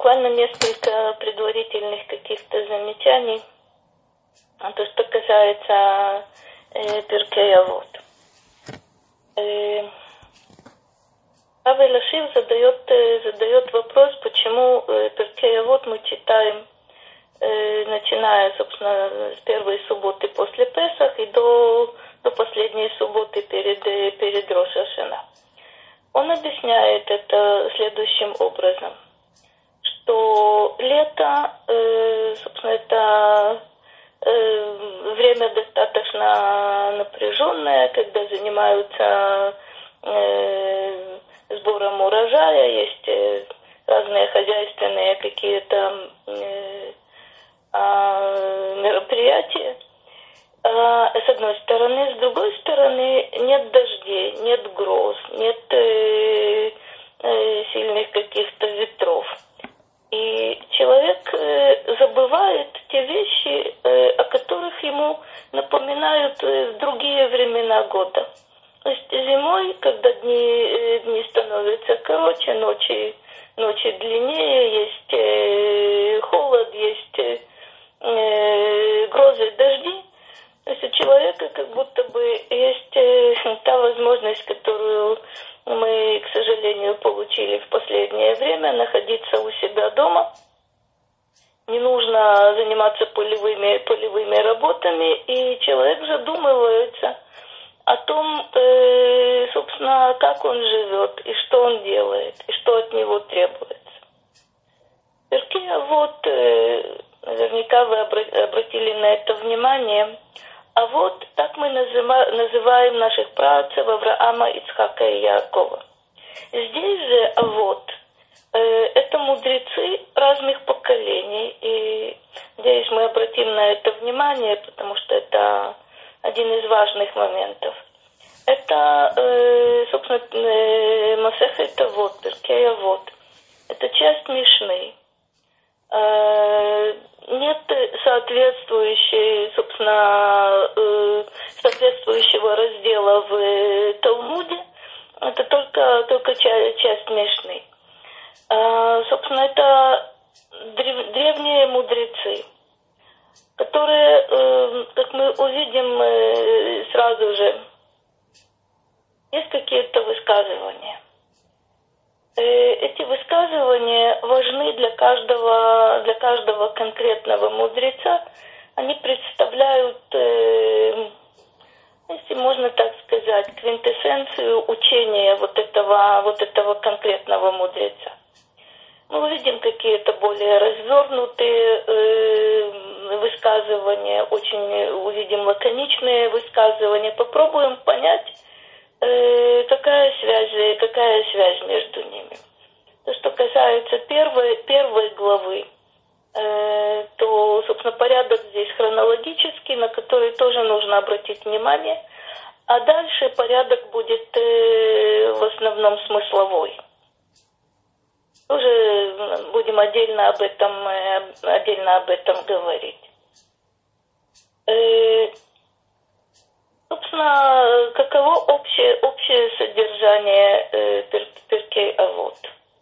буквально несколько предварительных каких-то замечаний. То, что касается Пиркей Авот. Рав Элиашив задает вопрос, почему Пиркей Авот мы читаем, начиная, собственно, с первой субботы после Песах и до последней субботы перед Рош ха-Шана. Он объясняет это следующим образом, что лето, собственно, это время достаточно напряженное, когда занимаются сбором урожая, есть разные хозяйственные какие-то мероприятия. С одной стороны. С другой стороны, нет дождей, нет гроз, нет сильных каких-то ветров. И человек забывает те вещи, о которых ему напоминают в другие времена года. То есть зимой, когда дни становятся короче, ночи длиннее, есть холод, есть грозы, дожди. То есть у человека как будто бы есть та возможность, которую мы, к сожалению, получили в последнее время, находиться у себя дома. Не нужно заниматься полевыми работами, и человек задумывается о том, собственно, как он живет, и что он делает, и что от него требуется. Пиркей Авот, наверняка вы обратили на это внимание, а вот так мы называем наших праотцев Авраама, Ицхака и Яакова. Здесь же Авот это мудрецы разных поколений, и надеюсь, мы обратим на это внимание, потому что это один из важных моментов. Это, собственно, Масехет Авот, Пиркей Авот. Это часть Мишны. Нет соответствующего раздела в Талмуде. Это только часть Мишны. Собственно, это древние мудрецы, которые, как мы увидим сразу же, есть какие-то высказывания. Эти высказывания важны для каждого конкретного мудреца. Они представляют, если можно так сказать, квинтэссенцию учения вот этого конкретного мудреца. Мы увидим какие-то более развернутые высказывания, очень увидим лаконичные высказывания. Попробуем понять, какая связь между ними. То, что касается первой главы, то, собственно, порядок здесь хронологический, на который тоже нужно обратить внимание, а дальше порядок будет в основном смысловой. Тоже будем отдельно об этом говорить. Собственно, каково общее содержание Пиркей Авот?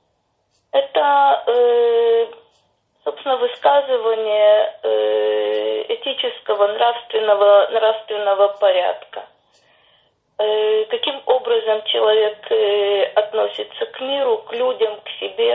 Это, собственно, высказывание этического, нравственного порядка. Каким образом человек относится к миру, к людям, к себе.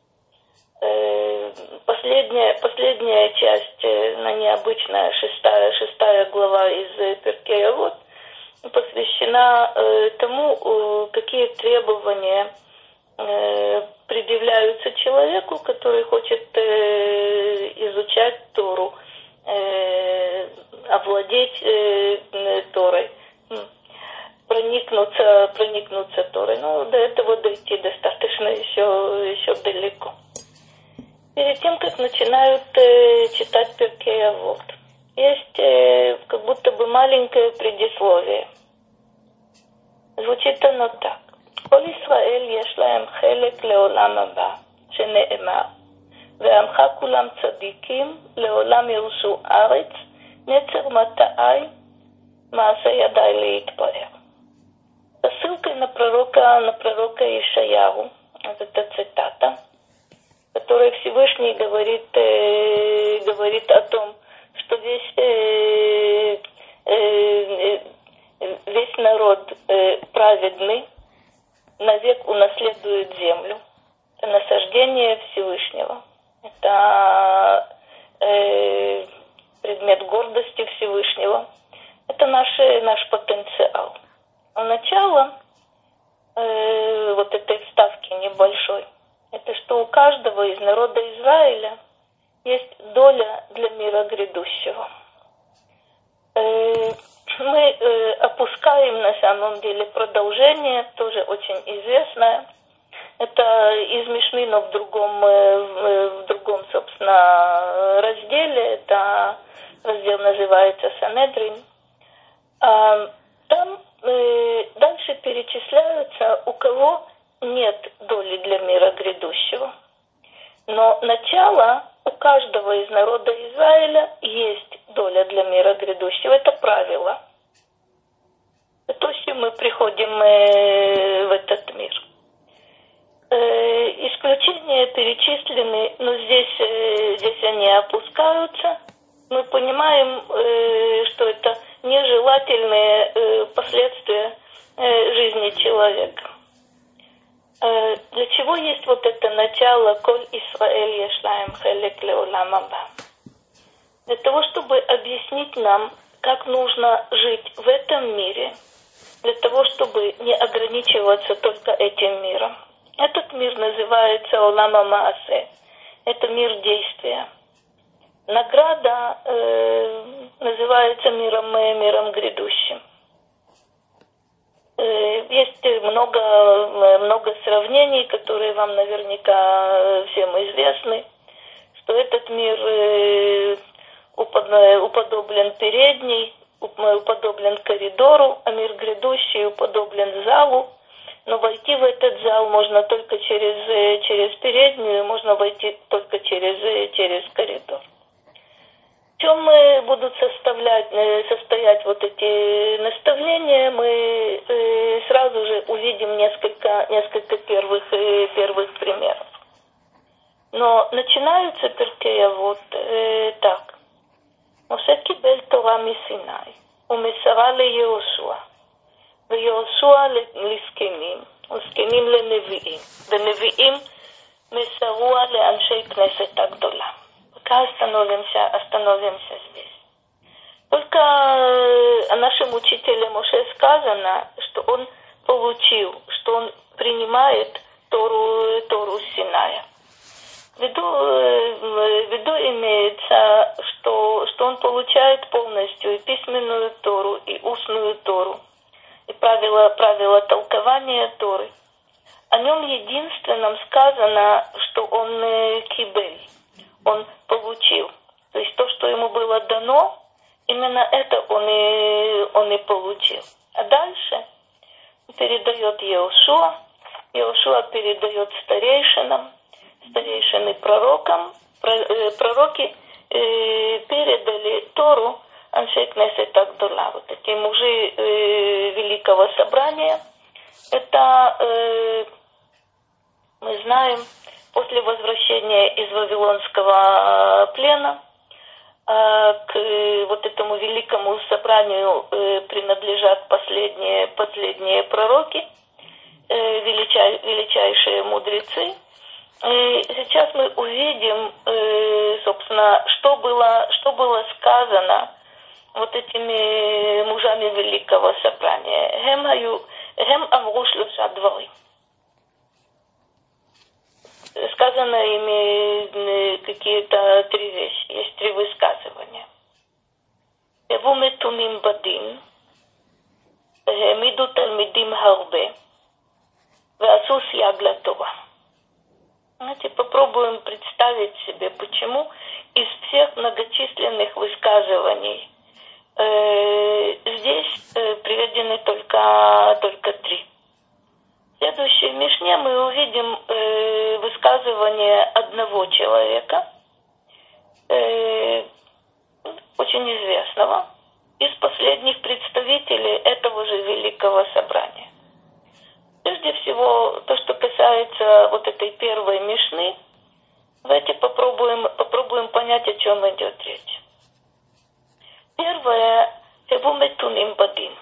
Последняя часть, она необычная, шестая глава из Пиркей Авот, посвящена тому, какие требования предъявляются человеку, который хочет изучать Тору, овладеть Торой, проникнуться Торой. Но до этого дойти достаточно еще далеко. Перед тем, как начинают читать Пиркей Авот, есть как будто бы маленькое предисловие. Звучит оно так. כל ישראל יש להם חלק לעולם הבא, שנאמר, ועמך כולם צדיקים, לעולם ירשו ארץ, נצר מטעי, מעשה ידי להתפאר. Ссылкой на пророка Ишаяху, это цитата, которой Всевышний говорит о том, что весь народ праведный навек унаследует землю. Это насаждение Всевышнего. Это предмет гордости Всевышнего. Это наш потенциал. А начало вот этой вставки небольшой, это что у каждого из народа Израиля есть доля для мира грядущего. Мы опускаем на самом деле продолжение, тоже очень известное. Это из Мишны, но в другом, собственно, разделе. Это раздел называется Санедрин. Там дальше перечисляются, у кого нет доли для мира грядущего. Но начало у каждого из народа Израиля есть доля для мира грядущего. Это правило. То, с чем мы приходим в этот мир. Исключения перечислены, но здесь они опускаются. Мы понимаем, что это нежелательные последствия жизни человека. Для чего есть вот это начало «Коль Исраэль ешлаем хелек леолам аба»? Для того, чтобы объяснить нам, как нужно жить в этом мире, для того, чтобы не ограничиваться только этим миром. Этот мир называется «Олам ха-маасе». Это мир действия. Награда называется миром грядущим. Есть много сравнений, которые вам наверняка всем известны, что этот мир уподоблен передней, уподоблен коридору, а мир грядущий уподоблен залу. Но войти в этот зал можно только через переднюю, можно войти только через коридор. В чем будут состоять вот эти наставления, мы сразу же увидим несколько первых примеров. Но начинаются Перкей Авот так. Моше кибель Тора мисинай, умесара леYehoshua, ויהושע לזקנים, וזקנים לנביאים, ונביאים מסרוה לאנשי כנסת הגדולה. Пока остановимся здесь. Только о нашем учителе Моше сказано, что он получил, что он принимает Тору Синая. В виду имеется, что он получает полностью и письменную Тору, и устную Тору, и правила толкования Торы. О нем единственном сказано, что он кибель, он получил. То есть то, что ему было дано, именно это он и получил. А дальше передает Йеошуа, Йеошуа передает старейшинам, старейшины пророкам, пророки передали Тору Аншей Кнесет Агдола, вот эти мужи Великого Собрания. Это, мы знаем, после возвращения из Вавилонского плена к вот этому Великому Собранию принадлежат последние пророки, величайшие мудрецы. И сейчас мы увидим, собственно, что было сказано вот этими мужами Великого Собрания. Хем амру шлоша дворим. Сказано ими какие-то три вещи, есть три высказывания. Еву метумим бадин, העמידו תלמידים הרבה, ועשו סייג לתורה. Знаете, попробуем представить себе, почему из всех многочисленных высказываний здесь приведены только три. В следующей Мишне мы увидим высказывание одного человека, очень известного, из последних представителей этого же Великого Собрания. Прежде всего, то, что касается вот этой первой Мишны, Давайте попробуем понять, о чем идет речь. Первое, фебуметуним бадин.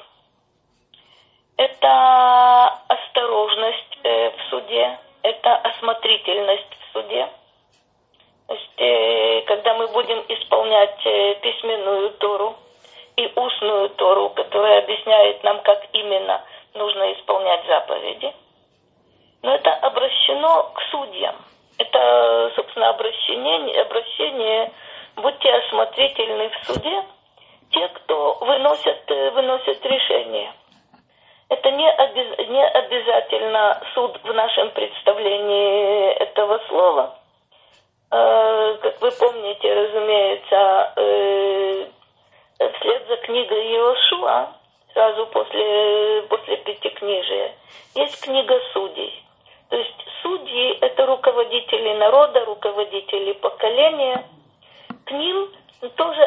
Это осторожность в суде, это осмотрительность в суде. То есть, когда мы будем исполнять письменную Тору и устную Тору, которая объясняет нам, как именно нужно исполнять заповеди, но это обращено к судьям. Это, собственно, обращение, будьте осмотрительны в суде, те, кто выносят решение. Это не обязательно суд в нашем представлении этого слова. Как вы помните, разумеется, вслед за книгой Йеошуа, сразу после Пятикнижия, есть книга судей. То есть судьи – это руководители народа, руководители поколения. К ним тоже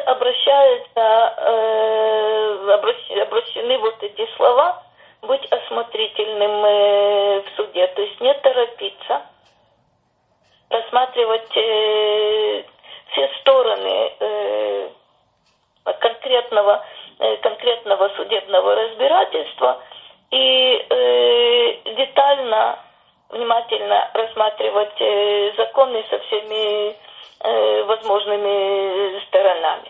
обращены вот эти слова «быть осмотрительным в суде», то есть не торопиться, рассматривать все стороны конкретного судебного разбирательства и детально, внимательно рассматривать законы со всеми возможными сторонами.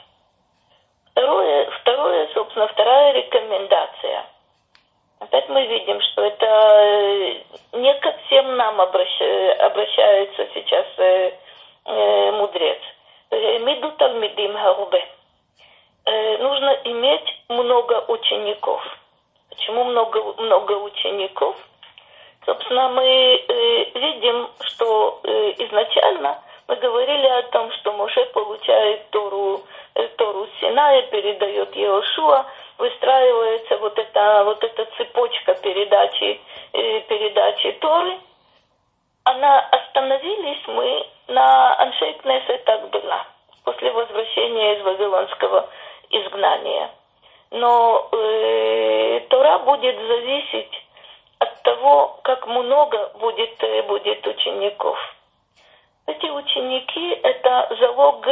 Собственно, вторая рекомендация. Опять мы видим, что это не ко всем нам обращается сейчас мудрец. Миду талмидим харубе. Нужно иметь много учеников. Почему много учеников? Собственно, мы видим, что изначально мы говорили о том, что Моше получает Тору с Синая, передает Йеошуа, выстраивается вот эта цепочка передачи Торы. Остановились мы на Аншей Кнесет Агдула после возвращения из Вавилонского изгнания. Но Тора будет зависеть от того, как много будет учеников. Эти ученики – это залог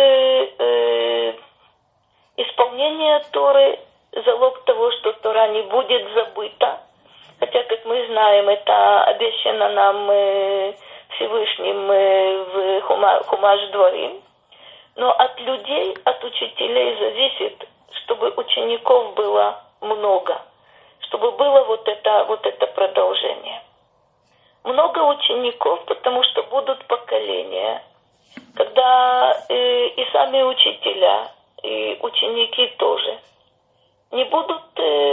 исполнения Торы, залог того, что Тора не будет забыта. Хотя, как мы знаем, это обещано нам Всевышним в Хумаш Дворим. Но от людей, от учителей зависит, чтобы учеников было много, чтобы было вот это продолжение. Много учеников, потому что будут поколения, когда и сами учителя, и ученики тоже не будут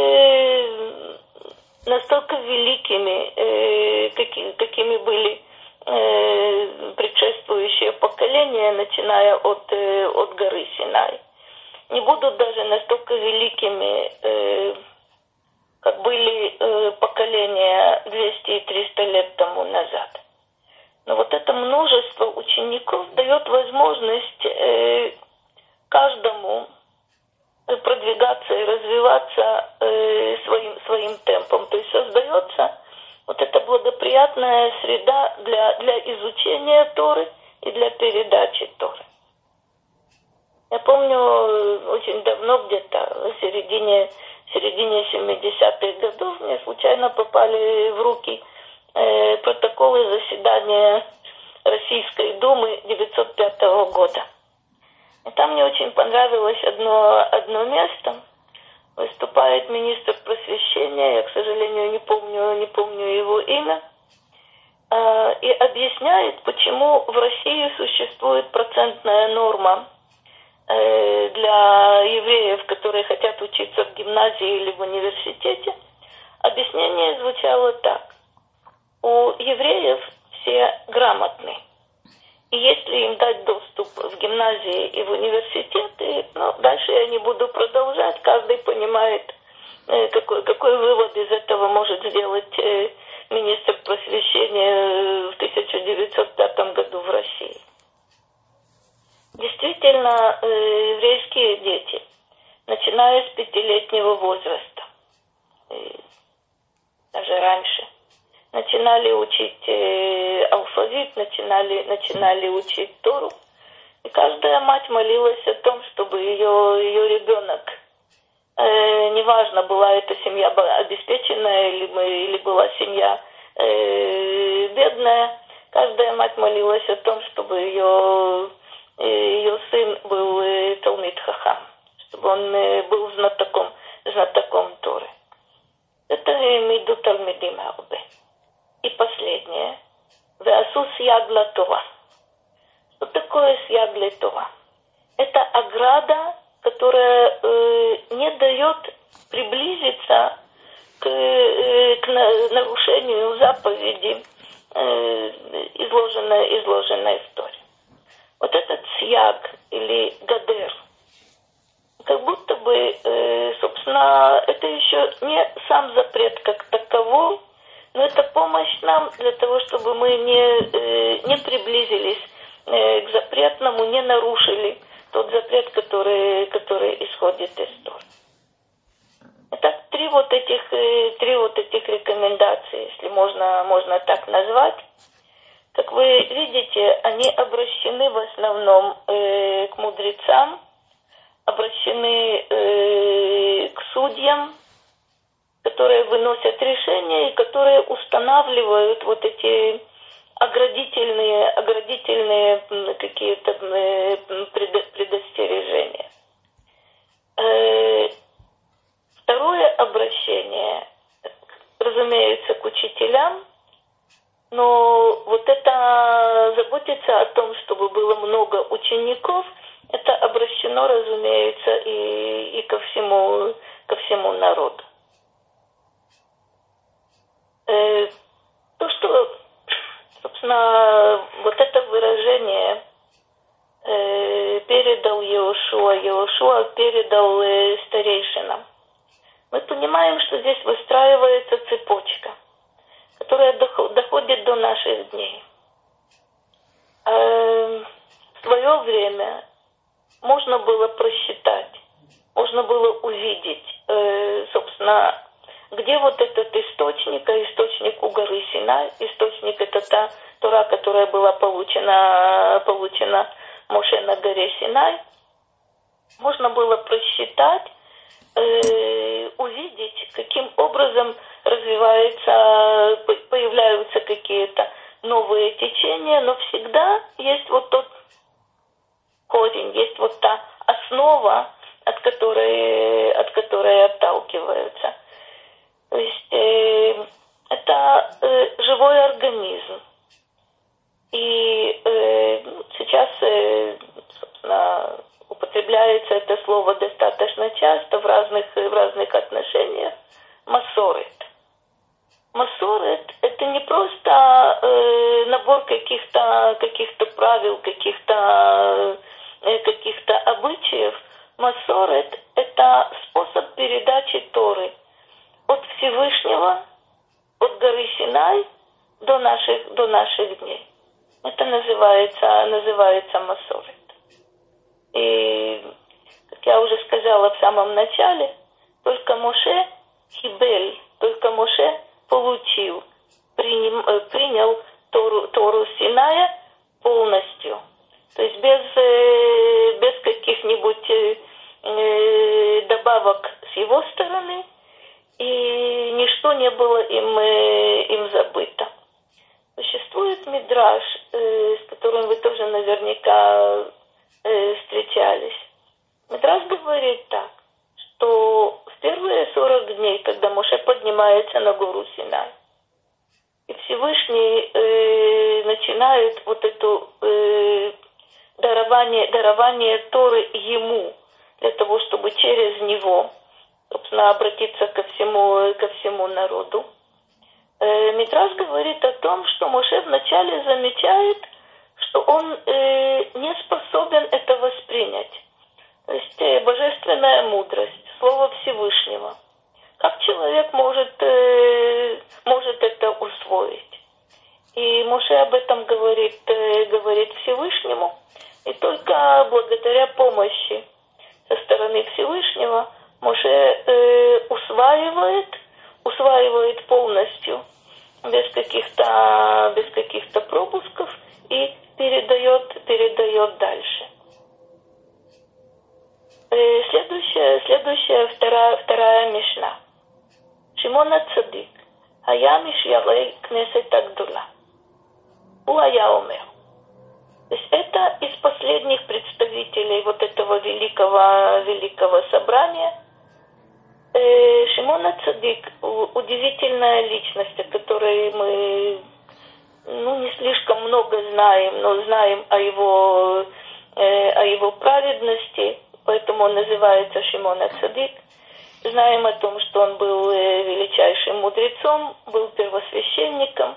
настолько великими, какими были предшествующие поколения, начиная от горы Синай. Не будут даже настолько великими, как были поколения 200 и 300 лет тому назад. Но вот это множество учеников дает возможность каждому продвигаться и развиваться своим темпом. То есть создается вот эта благоприятная среда для изучения Торы и для передачи Торы. Я помню, очень давно, где-то в середине 70-х годов, мне случайно попали в руки протоколы заседания Российской Думы 1905 года. И там мне очень понравилось одно место. Выступает министр просвещения, я, к сожалению, не помню его имя, и объясняет, почему в России существует процентная норма для евреев, которые хотят учиться в гимназии или в университете. Объяснение звучало так. У евреев все грамотны. И если им дать доступ в гимназии и в университеты, дальше я не буду продолжать. Каждый понимает, какой вывод из этого может сделать министр просвещения в 1905 году в России. Действительно, еврейские дети, начиная с 5-летнего возраста, даже раньше, начинали учить алфавит, начинали учить Тору. И каждая мать молилась о том, чтобы ее ребенок, неважно, была эта семья обеспеченная или была семья бедная, каждая мать молилась о том, чтобы ее сын был Талмид Хахам, чтобы он был знатоком Торы. Это Миду Талмидим Арбе. И последнее. Веасу сияг ла Тора. Что такое сияг ла Тора? Это ограда, которая не дает приблизиться к нарушению заповеди, изложенной в Торе. Вот этот сияг или гадер, как будто бы, собственно, это еще не сам запрет как таковой, но это помощь нам для того, чтобы мы не приблизились к запретному, не нарушили тот запрет, который исходит из Торы. Итак, три вот этих рекомендации, если можно так назвать. Как вы видите, они обращены в основном к мудрецам, обращены к судьям, которые выносят решения и которые устанавливают вот эти оградительные какие-то предостережения. Второе обращение, разумеется, к учителям, но вот это заботиться о том, чтобы было много учеников, это обращено, разумеется, и ко всему народу. То, что, собственно, вот это выражение передал Йеошуа передал старейшинам. Мы понимаем, что здесь выстраивается цепочка, которая доходит до наших дней. В свое время можно было просчитать, можно было увидеть, собственно, где вот этот источник у горы Синай, источник это та Тора, которая была получена Моше на горе Синай. Можно было просчитать, увидеть, каким образом появляются какие-то новые течения, но всегда есть вот тот корень, есть вот та основа, от которой отталкиваются. То есть это живой организм. И сейчас, собственно, употребляется это слово достаточно часто в разных отношениях. Масорет. Масорет – это не просто набор каких-то правил, каких-то обычаев. Масорет – это способ передачи Торы от Всевышнего, от горы Синай до наших дней. Это называется Масорет. И, как я уже сказала в самом начале, только Моше принял Тору Синая полностью. То есть без каких-нибудь добавок с его стороны, и ничто не было им забыто. Существует мидраш, с которым вы тоже наверняка встречались. Мидраш говорит так, что в первые 40 дней, когда Моше поднимается на гору Синай, и Всевышний начинает вот это дарование Торы ему, для того, чтобы через него, собственно, обратиться ко всему народу. Мидраш говорит о том, что Моше вначале замечает, что он не способен это воспринять. То есть божественная мудрость, слово Всевышнего. Как человек может это усвоить? И Моше об этом говорит Всевышнему, и только благодаря помощи со стороны Всевышнего Моше усваивает полностью без каких-то пропусков и передает дальше. Следующая вторая мишна. Шимон ацадик. Хая мишьярей кнесет агдула. Уая омер. То есть это из последних представителей вот этого великого собрания. Шимон ацадик – удивительная личность, о которой мы не слишком много знаем, но знаем о его праведности, поэтому он называется Шимон ацадик. Знаем о том, что он был величайшим мудрецом, был первосвященником.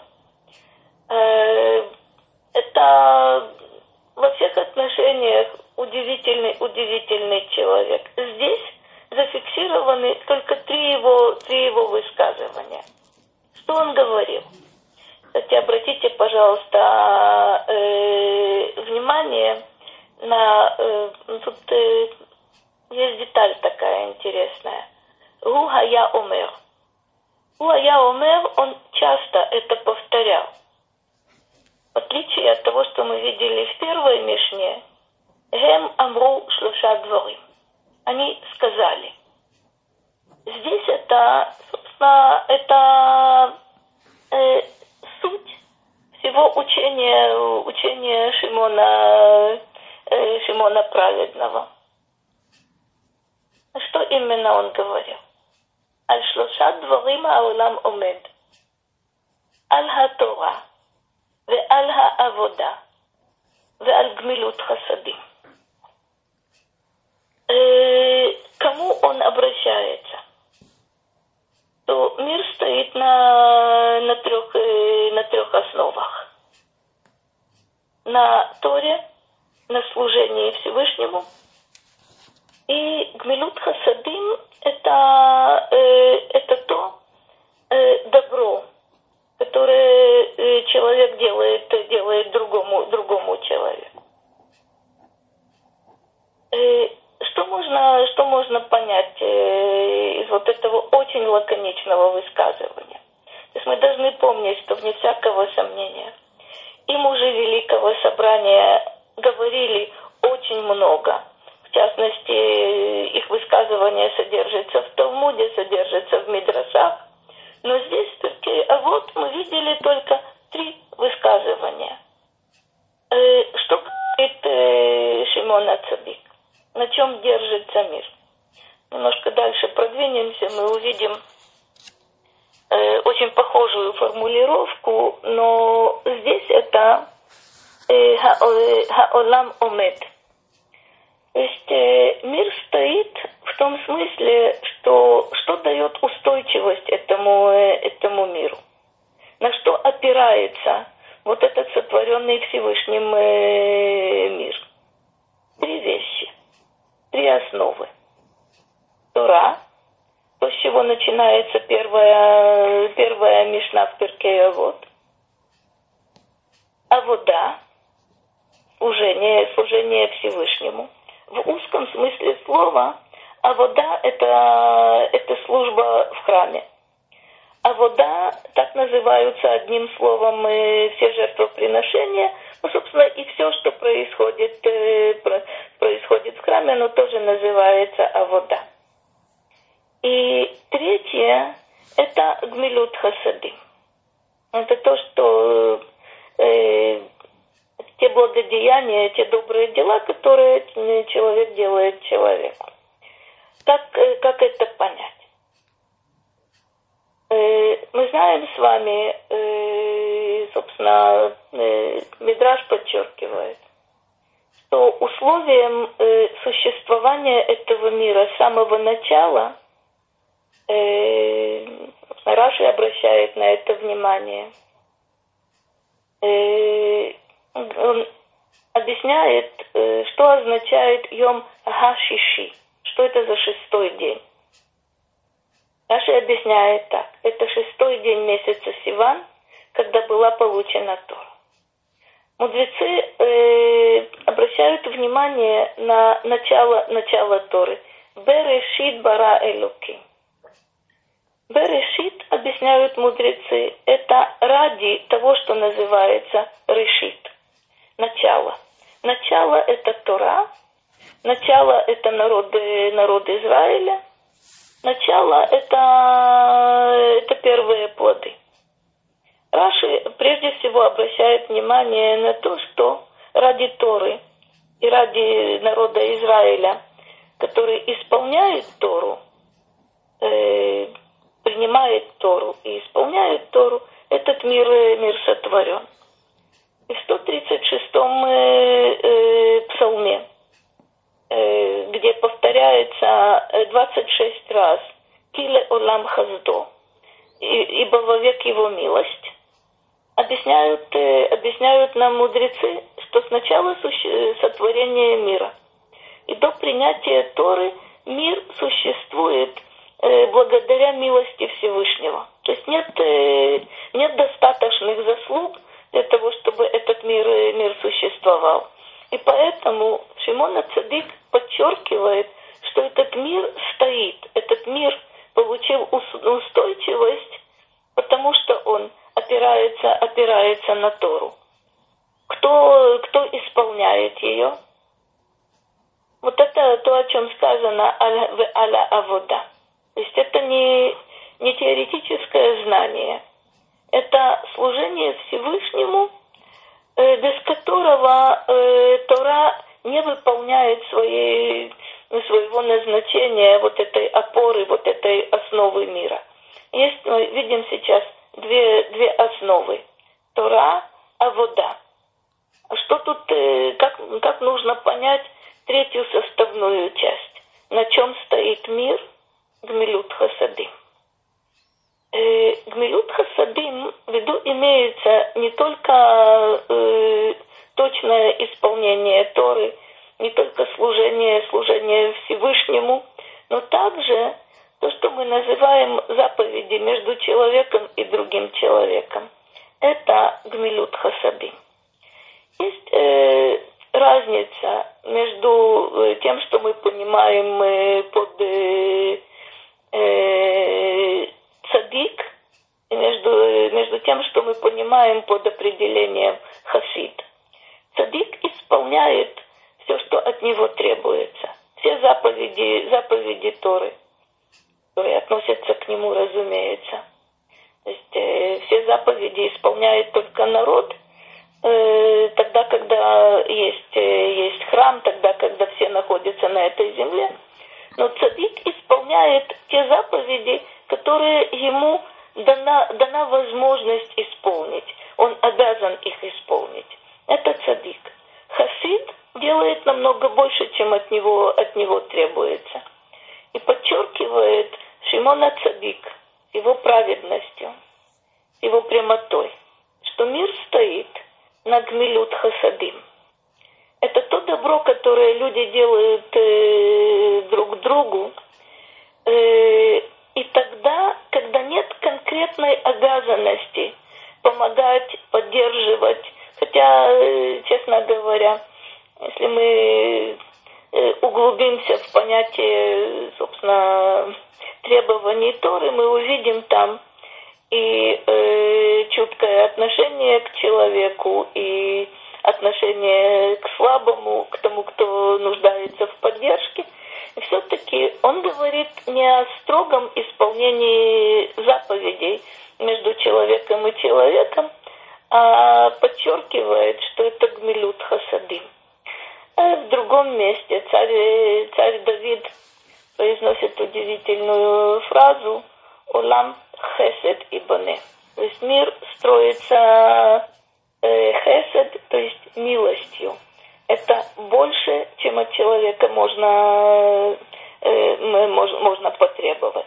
Это во всех отношениях удивительный человек. Здесь зафиксированы только три его высказывания. Что он говорил? Кстати, обратите, пожалуйста, внимание на... Тут есть деталь такая интересная. Гу хая омер. Гу хая омер, он часто это повторял. В отличие от того, что мы видели в первой мишне, Гем амру шлоша дворим. Они сказали. Здесь это, собственно, это суть всего учения Шимона праведного. Что именно он говорил? Аль-шлоша дворим аолам омед. Аль-ха-тора. Ве-аль ха-авода. Ве-аль-гмилут хасадим. Кому он обращается? То мир стоит на трех основах. На Торе, на служении Всевышнему. И гмилут хасадим это то добро, которое человек делает другому человеку. Что можно понять из вот этого очень лаконичного высказывания? То есть мы должны помнить, что вне всякого сомнения и мужи Великого Собрания говорили очень много. В частности, их высказывания содержатся в Талмуде, содержатся в Мидрашах. Но здесь в Перкей Авот мы видели только 3 высказывания. Что говорит Шимон ацадик? На чем держится мир? Немножко дальше продвинемся, мы увидим очень похожую формулировку, но здесь это хаолам омед. То есть мир стоит в том смысле, что дает устойчивость этому миру. На что опирается вот этот сотворенный Всевышним мир. 3 вещи. 3 основы. Тора, то, с чего начинается первая мишна в Перкей Авот. Авода, служение Всевышнему. В узком смысле слова авода это служба в храме. Авода, так называются одним словом все жертвоприношения, собственно, и все, что происходит в храме, оно тоже называется авода. И 3 это гмилут хасадим. Это то, что те благодеяния, те добрые дела, которые человек делает человеку. Как это понять? Мы знаем с вами, собственно, Мидраш подчеркивает, что условием существования этого мира с самого начала, Раши обращает на это внимание, он объясняет, что означает Йом Ха-Шиши, что это за 6-й день. Раши объясняет так. Это 6-й день месяца Сиван, когда была получена Тора. Мудрецы обращают внимание на начало Торы. Берешит бара элоким. Берешит, объясняют мудрецы, это ради того, что называется решит. Начало. Начало – это Тора, начало – это народ Израиля, начало – это первые плоды. Раши прежде всего обращает внимание на то, что ради Торы и ради народа Израиля, который исполняет Тору, принимает Тору и исполняет Тору, этот мир сотворен. И в 136-м псалме, где повторяется 26 раз «Киле олам хаздо», ибо вовек его милость, объясняют нам мудрецы, что с начала сотворения мира и до принятия Торы мир существует благодаря милости Всевышнего. То есть нет достаточных заслуг для того, чтобы этот мир существовал. И поэтому Шимон ха-Цадик подчеркивает, что этот мир стоит, этот мир получил устойчивость, потому что он опирается на Тору. Кто исполняет ее? Вот это то, о чем сказано «аля авода». То есть это не теоретическое знание. Это служение Всевышнему, без которого Тора не выполняет своего назначения, вот этой опоры, вот этой основы мира. Мы видим сейчас две основы. Тора, авода. А что тут, как нужно понять третью составную часть? На чем стоит мир? Гмилут хасадим. Гмилут хасадим в виду имеется не только точное исполнение Торы, не только служение Всевышнему, но также то, что мы называем заповеди между человеком и другим человеком. Это гмилут хасадим. Есть разница между тем, что мы понимаем под цадик, и между тем, что мы понимаем под определением хасид. Цадик исполняет все, что от него требуется. Все заповеди Торы, которые относятся к нему, разумеется. То есть все заповеди исполняет только народ, тогда, когда есть храм, тогда, когда все находятся на этой земле. Но цадик исполняет те заповеди, которые ему дана возможность исполнить. Он обязан их исполнить. Это цадик. Хасид делает намного больше, чем от него требуется. И подчеркивает Шимон ха-Цадик его праведностью, его прямотой, что мир стоит на гмилют хасадим. Это то добро, которое люди делают друг другу, и тогда, когда нет конкретной обязанности помогать, поддерживать, хотя, честно говоря, если мы углубимся в понятие, собственно, требований Торы, мы увидим там и чуткое отношение к человеку, и отношение к слабому, к тому, кто нуждается в поддержке. И все-таки он говорит не о строгом исполнении заповедей между человеком и человеком, а подчеркивает, что это гмилют хасадим. А в другом месте царь Давид произносит удивительную фразу «Олам хесед и боне». То есть мир строится хесед, то есть милостью. Это больше, чем от человека можно потребовать.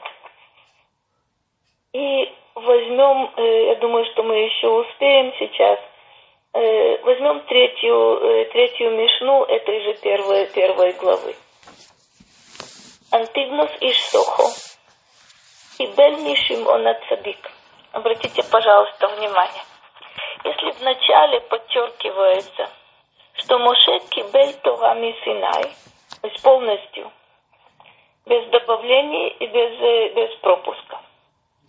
И возьмем, я думаю, что мы еще успеем сейчас, возьмем третью мишну этой же первой главы. Антигнос иш Сохо кибель мишимон ха-Цадик. Обратите, пожалуйста, внимание. Если вначале подчеркивается, что Моше кибель Тора ми-Синай, то есть полностью, без добавлений и без пропуска.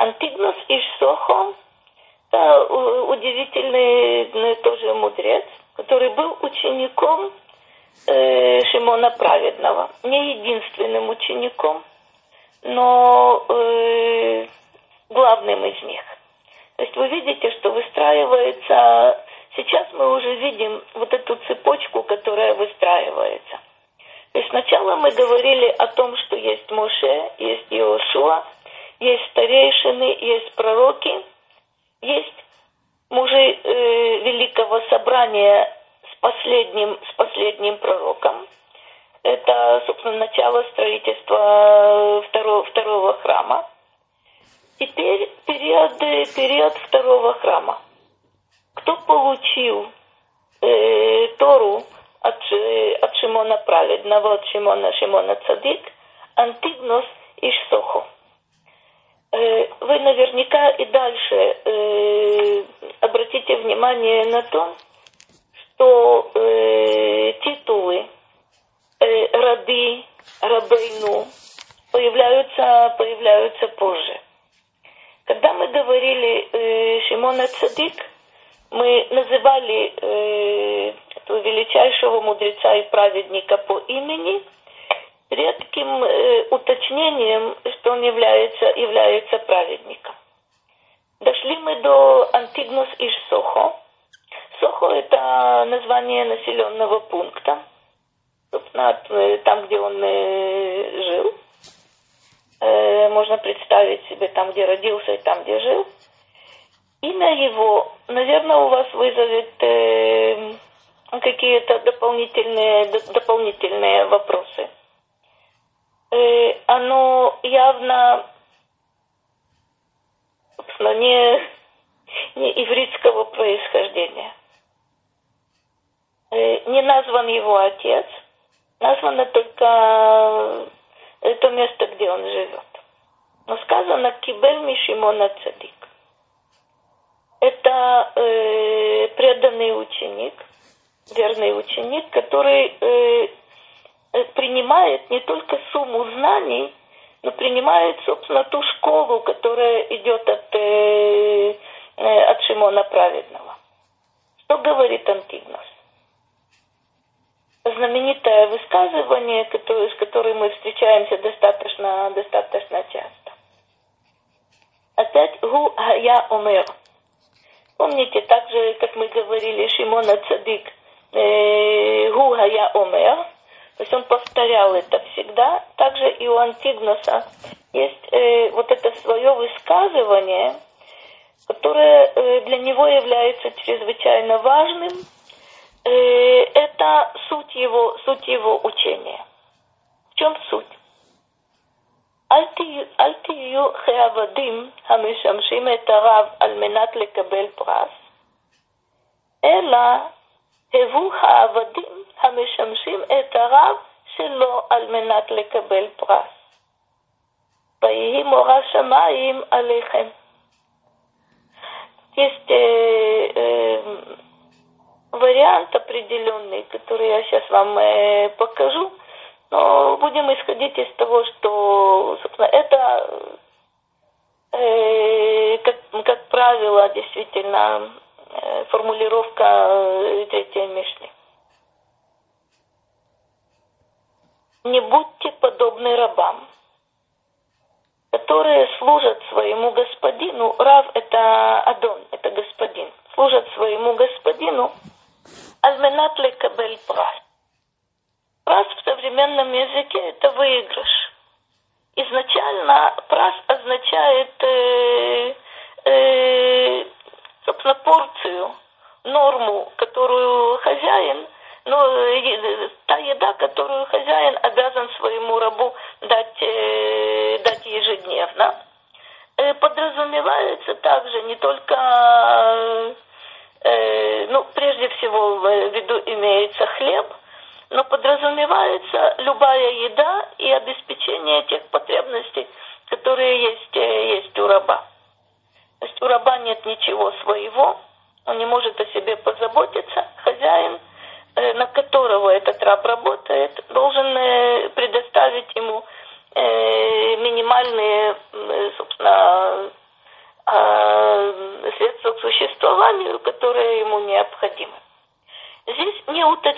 Антигнус иш Сохо – это удивительный тоже мудрец, который был учеником Шимона Праведного. Не единственным учеником, но главным из них. То есть вы видите, что выстраивается... Сейчас мы уже видим вот эту цепочку, которая выстраивается. То есть сначала мы говорили о том, что есть Моше, есть Иошуа, есть старейшины, есть пророки, есть мужи Великого Собрания с последним пророком. Это, собственно, начало строительства второго храма. Теперь период второго храма. Кто получил Тору от Шимона Праведного, от Шимона Цадик? Антигнос иш Сохо. Вы наверняка и дальше обратите внимание на то, что титулы Раби, Рабейну появляются позже. Когда мы говорили Шимона Цадик, мы называли этого величайшего мудреца и праведника по имени редким уточнением, что он является праведником. Дошли мы до Антигнус иш Сохо. Сохо – это название населенного пункта, собственно, там, где он жил. Можно представить себе там, где родился, и там, где жил. Имя его, наверное, у вас вызовет какие-то дополнительные вопросы. Оно явно, собственно, не ивритского происхождения. Не назван его отец, названо только то место, где он живет. Но сказано «Кибель Мишимона Цадик». Это преданный ученик, верный ученик, который принимает не только сумму знаний, но принимает, собственно, ту школу, которая идет от Шимона Праведного. Что говорит Антигнос? Знаменитое высказывание, с которым мы встречаемся достаточно часто. Опять «Гу хая омер». Помните, так же, как мы говорили, Шимона Цадик «Гу хая омер», то есть он повторял это всегда. Также и у Антигноса есть вот это свое высказывание, которое для него является чрезвычайно важным. Это суть его учения. В чем суть? אל תהיו כעבדים המשמשים את הרב על מנת לקבל פרס, אלא הבו העבדים המשמשים את הרב שלו על מנת לקבל פרס. ויהי מורא שמיים עליכם. Есть вариант определенный, который я сейчас вам покажу, но будем исходить из того, что, собственно, это, как правило, действительно формулировка третьей Мишны. Не будьте подобны рабам, которые служат своему господину. Рав – это Адон, это господин. Служат своему господину аль-менат лекабель прас. Прас в современном языке – это выигрыш. Изначально прас означает, собственно, порцию, норму, которую хозяин, та еда, которую хозяин обязан своему рабу дать ежедневно. Подразумевается также не только, прежде всего в виду имеется хлеб, но подразумевается любая еда и обеспечение тех потребностей, которые есть у раба. То есть у раба нет ничего своего, он не может о себе позаботиться. Хозяин, на которого этот раб работает, должен предоставить ему минимальные, собственно,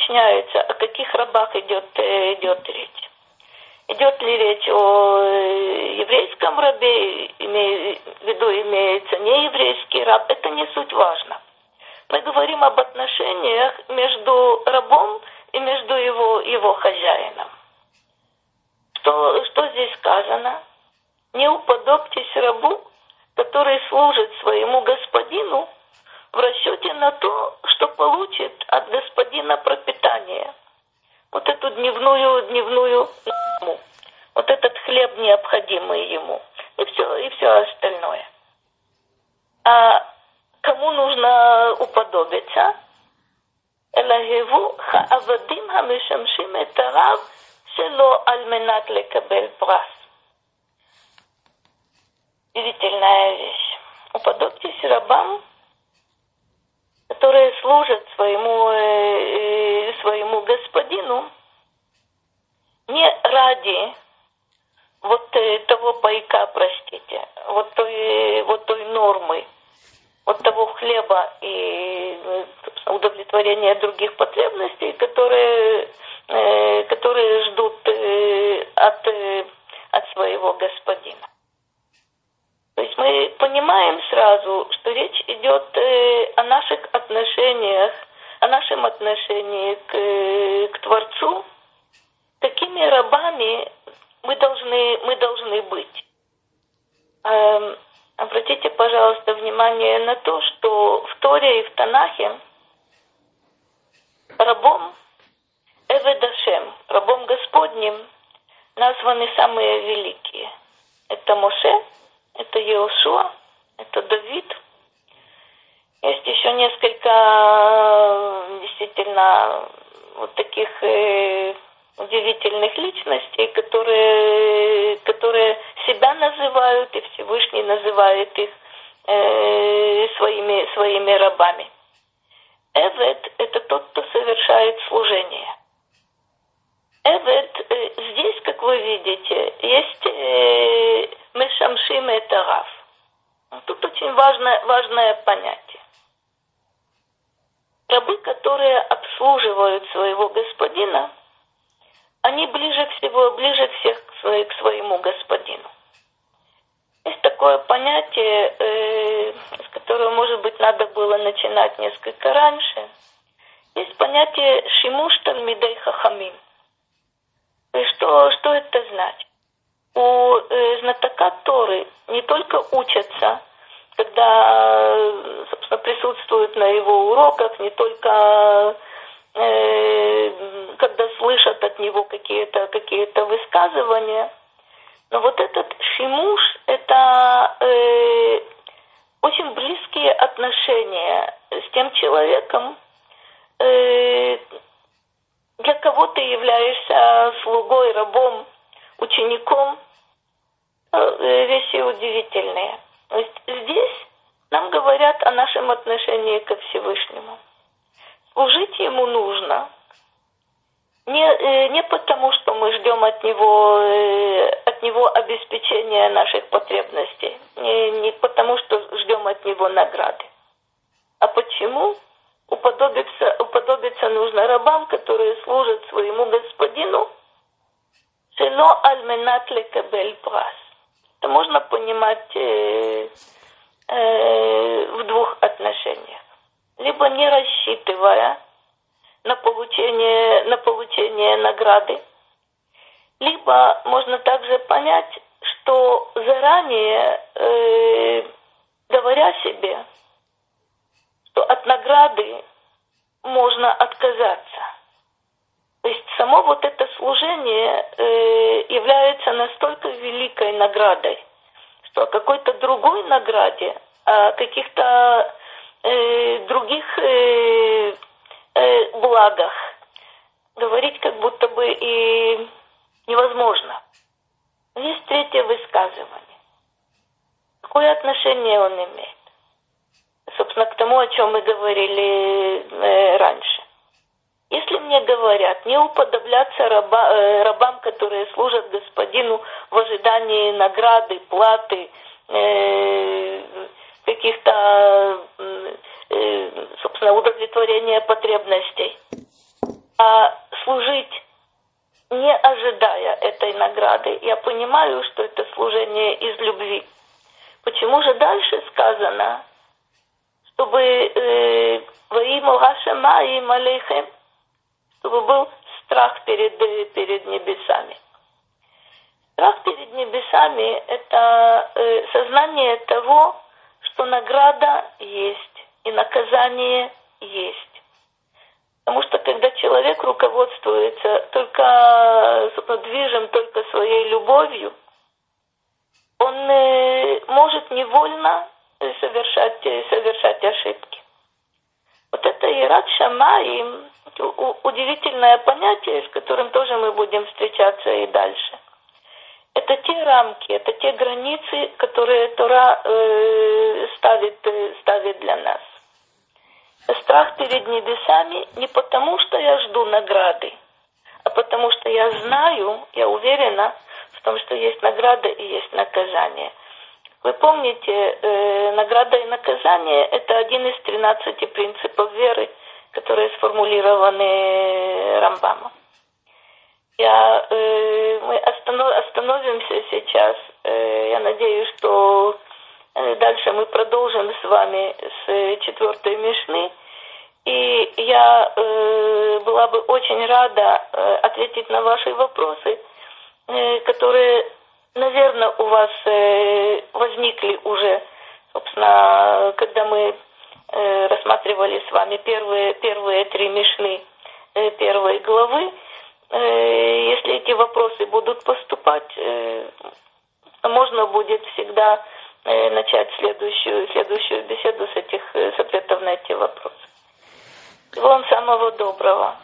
уточняется, о каких рабах идет речь. Идет ли речь о еврейском рабе, в виду имеется нееврейский раб, это не суть важно. Мы говорим об отношениях между рабом и между его хозяином. Что здесь сказано? Не уподобьтесь рабу, который служит своему господину в расчете на то, что получит от господина пропитание. Вот эту дневную норму, вот этот хлеб, необходимый ему, и все остальное. А кому нужно уподобиться? Элахеву хаавадим хамешамшим этарав село альменат лекабель прас. Удивительная вещь. Уподобьтесь рабам, которые служат своему господину не ради того пайка, простите, той нормы, того хлеба и удовлетворения других потребностей, которые ждут от своего господина. То есть мы понимаем сразу, что речь идет о наших отношениях, о нашем отношении к Творцу. Какими рабами мы должны быть. Обратите, пожалуйста, внимание на то, что в Торе и в Танахе рабом Эведашем, рабом Господним, названы самые великие. Это Моше, это Йеошуа, это Давид. Есть еще несколько действительно вот таких удивительных личностей, которые себя называют, и Всевышний называет их своими рабами. Эвед – это тот, кто совершает служение. Эвед, здесь, как вы видите, есть мешамшим этарав. Тут очень важное понятие. Рабы, которые обслуживают своего господина, они ближе всех к своему господину. Есть такое понятие, с которого, может быть, надо было начинать несколько раньше. Есть понятие «шимуш талмидей хахамим». И что это значит? У знатока Торы не только учатся, когда, собственно, присутствуют на его уроках, не только когда слышат от него какие-то высказывания. Но вот этот шимуш – это очень близкие отношения с тем человеком, для кого ты являешься слугой, рабом, учеником. Вещи удивительные. То есть здесь нам говорят о нашем отношении ко Всевышнему. Служить ему нужно не потому, что мы ждем от него обеспечения наших потребностей, не потому, что ждем от него награды. А почему? Уподобиться нужно рабам, которые служат своему господину, село альменат лекабель прас. Это можно понимать в двух отношениях. Либо не рассчитывая на получение награды, либо можно также понять, что заранее говоря себе, что от награды можно отказаться. То есть само вот это служение является настолько великой наградой, что о какой-то другой награде, о каких-то других благах говорить как будто бы и невозможно. Есть третье высказывание. Какое отношение он имеет? Собственно, к тому, о чем мы говорили раньше. Если мне говорят не уподобляться рабам, которые служат господину в ожидании награды, платы, каких-то, собственно, удовлетворения потребностей, а служить, не ожидая этой награды. Я понимаю, что это служение из любви. Почему же дальше сказано, чтобы «Ваиму гашамаим алейхем», чтобы был страх перед небесами. Страх перед небесами – это сознание того, что награда есть и наказание есть. Потому что когда человек руководствуется только, движим только своей любовью, он может невольно совершать ошибки. Вот это Ират Шамаим, удивительное понятие, с которым тоже мы будем встречаться и дальше. Это те рамки, это те границы, которые Тора ставит для нас. Страх перед небесами не потому, что я жду награды, а потому что я знаю, я уверена в том, что есть награда и есть наказание. Вы помните, награда и наказание – это один из 13 принципов веры, которые сформулированы Рамбамом. Мы остановимся сейчас. Я надеюсь, что дальше мы продолжим с вами с 4-й Мишны. И я была бы очень рада ответить на ваши вопросы, которые, наверное, у вас возникли уже, собственно, когда мы рассматривали с вами первые 3 Мишны 1 главы. Если эти вопросы будут поступать, можно будет всегда начать следующую беседу с ответов на эти вопросы. Всего вам самого доброго.